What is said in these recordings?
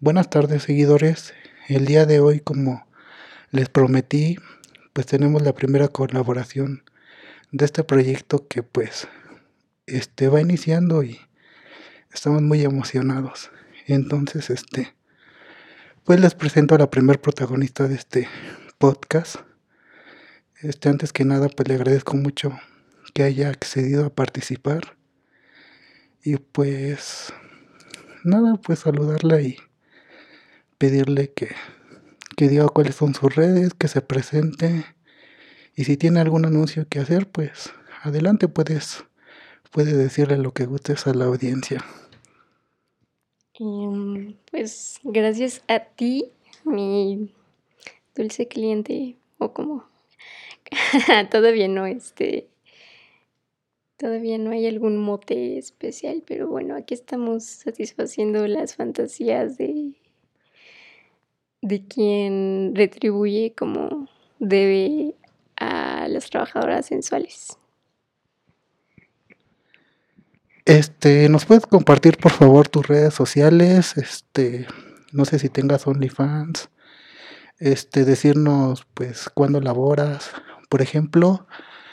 Buenas tardes, seguidores. El día de hoy, como les prometí, pues tenemos la primera colaboración de este proyecto que va iniciando y estamos muy emocionados. Entonces, pues les presento a la primer protagonista de este podcast. Antes que nada, pues le agradezco mucho que haya accedido a participar y pues nada, pues saludarla y pedirle que diga cuáles son sus redes, que se presente y si tiene algún anuncio que hacer, pues adelante, puedes decirle lo que gustes a la audiencia. Pues gracias a ti, mi dulce cliente, o como todavía no hay algún mote especial, pero bueno, aquí estamos satisfaciendo las fantasías de quien retribuye como debe a las trabajadoras sensuales. ¿Nos puedes compartir por favor tus redes sociales? No sé si tengas OnlyFans, decirnos pues cuándo laboras. Por ejemplo,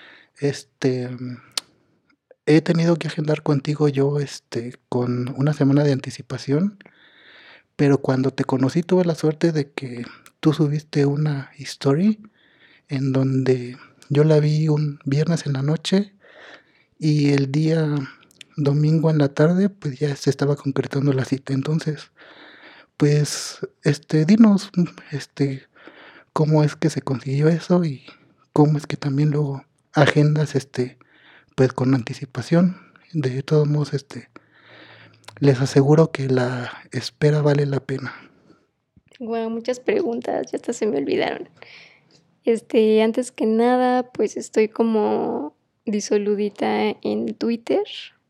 he tenido que agendar contigo yo, con una semana de anticipación, pero cuando te conocí tuve la suerte de que tú subiste una story en donde yo la vi un viernes en la noche y el día domingo en la tarde pues ya se estaba concretando la cita. Entonces, pues, dinos, cómo es que se consiguió eso y cómo es que también luego agendas, pues con anticipación. De todos modos, les aseguro que la espera vale la pena. Wow, muchas preguntas, ya hasta se me olvidaron. Antes que nada, pues estoy como Disoludita en Twitter.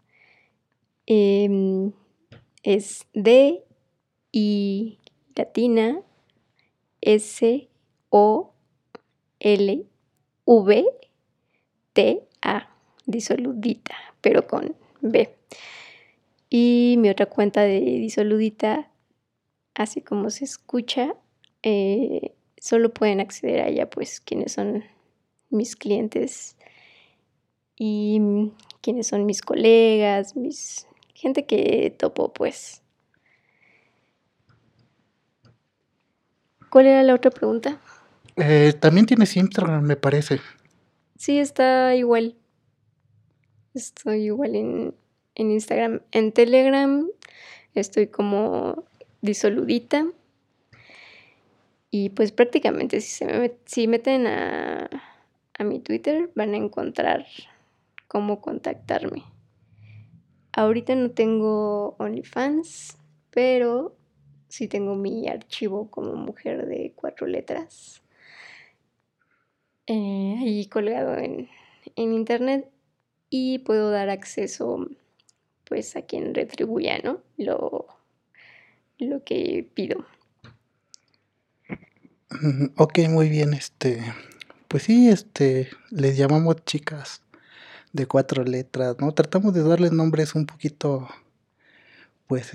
Es D I latina S O L V T A, Disoludita, pero con B. Y mi otra cuenta de Disoludita, así como se escucha, solo pueden acceder a ella pues quienes son mis clientes y quienes son mis colegas, gente que topo pues. ¿Cuál era la otra pregunta? También tienes Instagram, me parece. Sí, está igual. Estoy igual en Instagram. En Telegram estoy como Disoludita. Y pues prácticamente si meten a mi Twitter van a encontrar cómo contactarme. Ahorita no tengo OnlyFans, pero sí tengo mi archivo como mujer de 4 letras. Ahí colgado en internet y puedo dar acceso pues a quien retribuya, ¿no? Lo que pido. Ok, muy bien, pues sí, les llamamos chicas de 4 letras, ¿no? Tratamos de darles nombres un poquito, pues,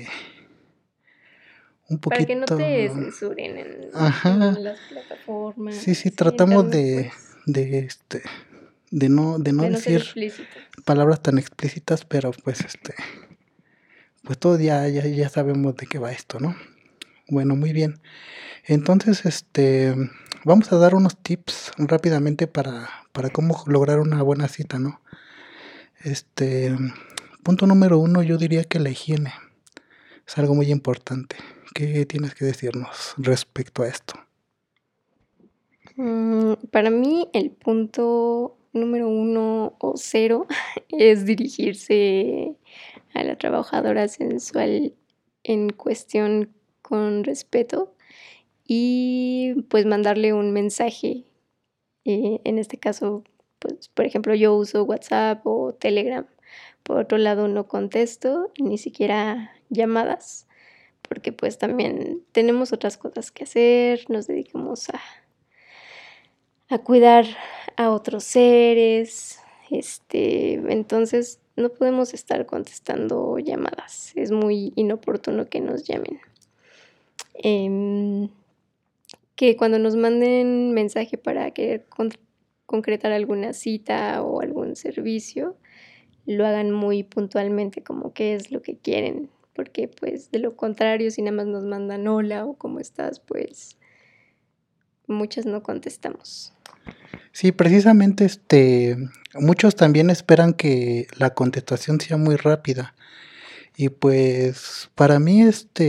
un Para que no poquito, te censuren ajá, en las plataformas, sí, sí, tratamos entonces de, pues de, de no de no ser decir explícitos. palabras tan explícitas, pero pues todos ya sabemos de qué va esto, ¿no? Bueno, muy bien. Entonces, vamos a dar unos tips rápidamente para cómo lograr una buena cita, ¿no? Punto número 1, yo diría que la higiene es algo muy importante. ¿Qué tienes que decirnos respecto a esto? Para mí el punto número 1 o 0 es dirigirse a la trabajadora sensual en cuestión con respeto y pues mandarle un mensaje. En este caso, pues por ejemplo yo uso WhatsApp o Telegram. Por otro lado no contesto ni siquiera llamadas porque pues también tenemos otras cosas que hacer, nos dedicamos a cuidar a otros seres, entonces no podemos estar contestando llamadas, es muy inoportuno que nos llamen. Em, que cuando nos manden mensaje para querer concretar alguna cita o algún servicio, lo hagan muy puntualmente, como qué es lo que quieren, porque pues de lo contrario, si nada más nos mandan hola o cómo estás, pues muchas no contestamos. Sí, precisamente muchos también esperan que la contestación sea muy rápida. Y pues para mí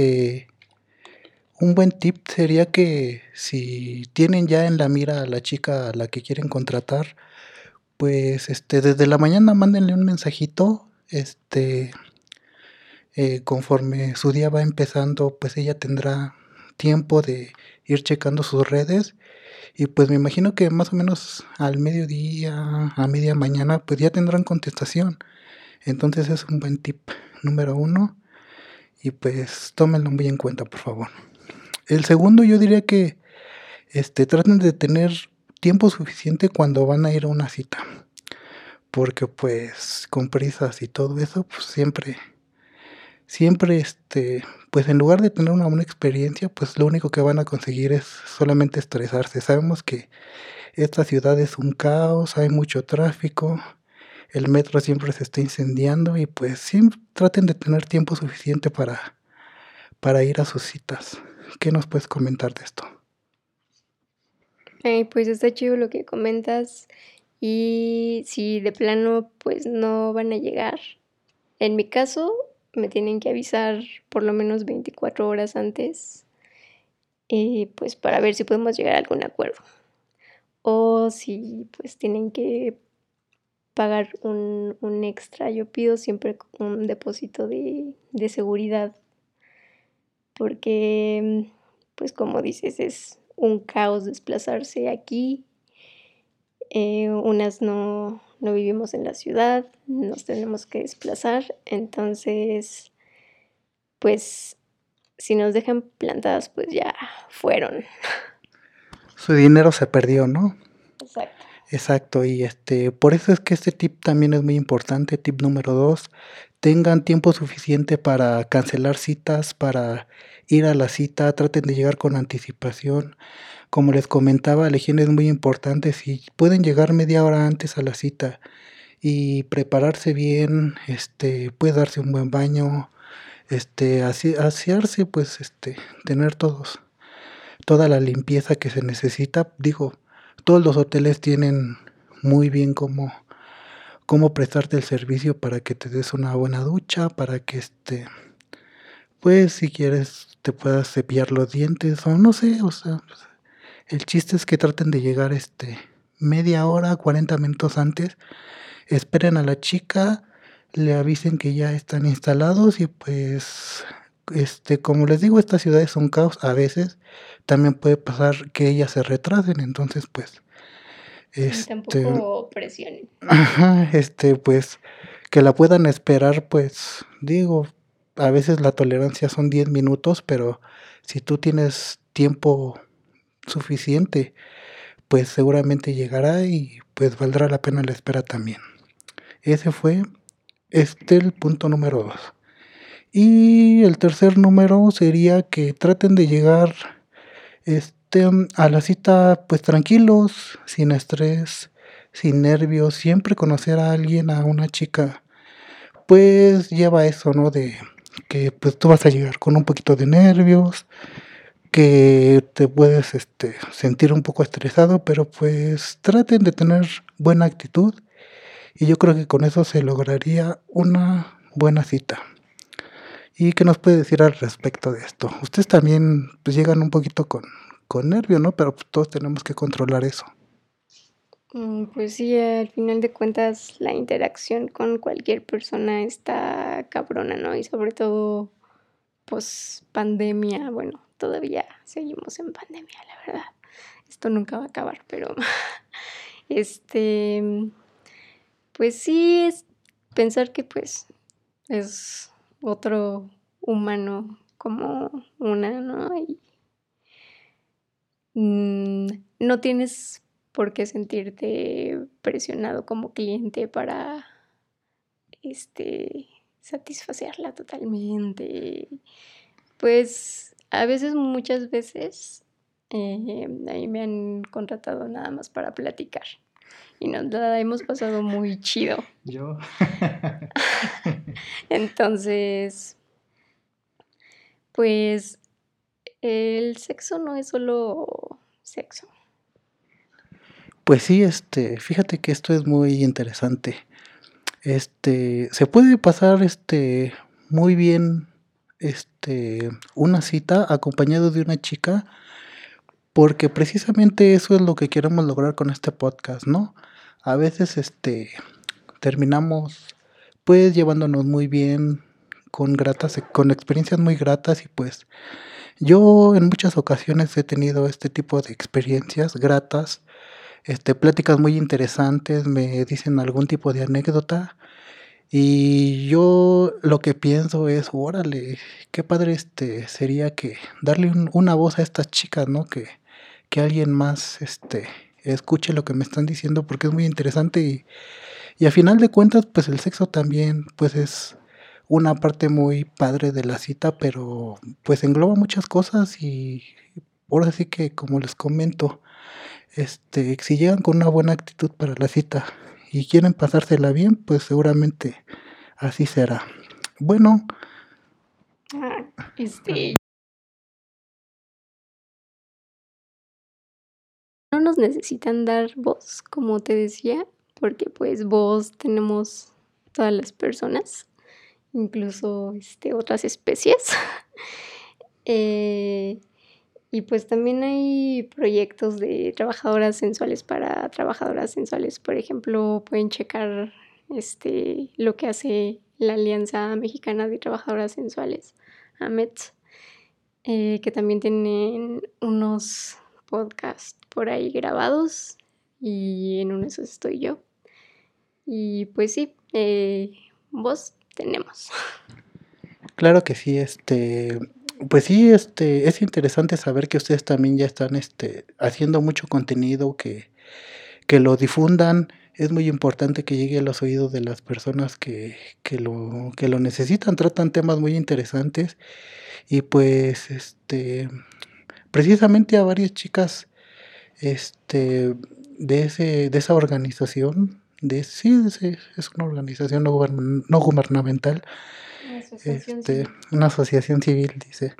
un buen tip sería que si tienen ya en la mira a la chica a la que quieren contratar, pues desde la mañana mándenle un mensajito, conforme su día va empezando, pues ella tendrá tiempo de ir checando sus redes y pues me imagino que más o menos al mediodía, a media mañana, pues ya tendrán contestación. Entonces es un buen tip número uno y pues tómenlo muy en cuenta, por favor. El segundo yo diría que traten de tener tiempo suficiente cuando van a ir a una cita, porque pues con prisas y todo eso, pues siempre pues en lugar de tener una buena experiencia, pues lo único que van a conseguir es solamente estresarse. Sabemos que esta ciudad es un caos, hay mucho tráfico, el metro siempre se está incendiando y pues siempre traten de tener tiempo suficiente para ir a sus citas. ¿Qué nos puedes comentar de esto? Pues está chido lo que comentas y si de plano pues no van a llegar, en mi caso me tienen que avisar por lo menos 24 horas antes, pues para ver si podemos llegar a algún acuerdo o si pues tienen que pagar un extra. Yo pido siempre un depósito de seguridad porque, pues como dices, es un caos desplazarse aquí. Unas no vivimos en la ciudad, nos tenemos que desplazar, entonces, pues si nos dejan plantadas, pues ya fueron. Su dinero se perdió, ¿no? Exacto. Exacto, y por eso es que este tip también es muy importante. Tip número 2, tengan tiempo suficiente para cancelar citas, para ir a la cita, traten de llegar con anticipación. Como les comentaba, la higiene es muy importante. Si pueden llegar media hora antes a la cita y prepararse bien, puede darse un buen baño, asearse, pues, tener toda la limpieza que se necesita. Digo, todos los hoteles tienen muy bien cómo prestarte el servicio para que te des una buena ducha, para que pues si quieres te puedas cepillar los dientes o no sé, o sea, el chiste es que traten de llegar media hora, 40 minutos antes, esperen a la chica, le avisen que ya están instalados y pues como les digo, estas ciudades son caos a veces, también puede pasar que ellas se retrasen, entonces pues Tampoco presionen. ajá, pues que la puedan esperar, pues digo, a veces la tolerancia son 10 minutos, pero si tú tienes tiempo suficiente, pues seguramente llegará y pues valdrá la pena la espera también. Ese fue el punto número 2. Y el tercer número sería que traten de llegar a la cita pues tranquilos, sin estrés, sin nervios, siempre conocer a alguien, a una chica, pues lleva eso, ¿no? De que pues tú vas a llegar con un poquito de nervios, que te puedes sentir un poco estresado, pero pues traten de tener buena actitud y yo creo que con eso se lograría una buena cita. ¿Y qué nos puede decir al respecto de esto? Ustedes también pues llegan un poquito con nervio, ¿no? Pero pues, todos tenemos que controlar eso. Pues sí, al final de cuentas la interacción con cualquier persona está cabrona, ¿no? Y sobre todo, pues pandemia, bueno, todavía seguimos en pandemia, la verdad. Esto nunca va a acabar, pero este, pues sí, es pensar que pues es otro humano como una, ¿no? Y no tienes por qué sentirte presionado como cliente para este satisfacerla totalmente. Pues a veces, muchas veces, ahí me han contratado nada más para platicar y nos la hemos pasado muy chido. Yo. Entonces, pues, el sexo no es solo sexo. Pues sí, fíjate que esto es muy interesante. Se puede pasar, muy bien, una cita acompañado de una chica, porque precisamente eso es lo que queremos lograr con este podcast, ¿no? A veces, terminamos, pues, llevándonos muy bien, con experiencias muy gratas y pues yo en muchas ocasiones he tenido este tipo de experiencias gratas, pláticas muy interesantes, me dicen algún tipo de anécdota y yo lo que pienso es, órale, qué padre sería que darle una voz a estas chicas, ¿no? Que alguien más escuche lo que me están diciendo porque es muy interesante y a final de cuentas, pues el sexo también, pues es una parte muy padre de la cita, pero pues engloba muchas cosas y ahora sí que como les comento, si llegan con una buena actitud para la cita y quieren pasársela bien, pues seguramente así será. Bueno, No nos necesitan dar voz, como te decía, porque pues voz tenemos todas las personas, incluso otras especies. Y pues también hay proyectos de trabajadoras sensuales para trabajadoras sensuales. Por ejemplo, pueden checar lo que hace la Alianza Mexicana de Trabajadoras Sensuales, AMETS, que también tienen unos podcasts por ahí grabados y en uno de esos estoy yo. Y pues sí, voz tenemos. claro que sí, pues sí, es interesante saber que ustedes también ya están, haciendo mucho contenido, que lo difundan. Es muy importante que llegue a los oídos de las personas que lo necesitan. Tratan temas muy interesantes y pues, precisamente a varias chicas, de esa organización, es una organización no gubernamental, Asociación civil. una asociación civil, dice,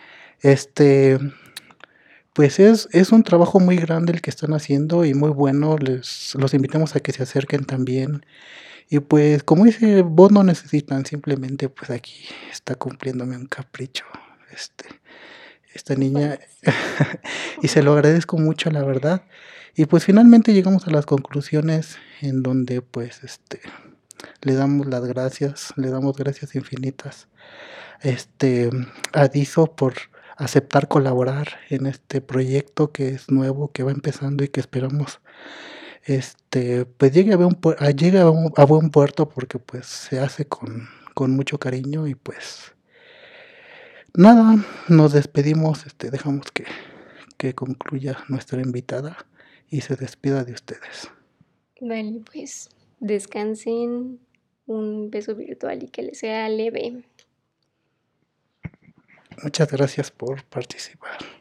pues es un trabajo muy grande el que están haciendo y muy bueno, los invitamos a que se acerquen también. Y pues, como dice, vos no necesitan, simplemente pues aquí está cumpliéndome un capricho, esta niña, y se lo agradezco mucho, la verdad. Y pues finalmente llegamos a las conclusiones en donde pues le damos le damos gracias infinitas a Diso por aceptar colaborar en este proyecto que es nuevo, que va empezando y que esperamos pues llegue a buen puerto porque pues se hace con mucho cariño y pues nada, nos despedimos, dejamos que concluya nuestra invitada y se despida de ustedes. Vale, pues descansen, un beso virtual y que les sea leve. Muchas gracias por participar.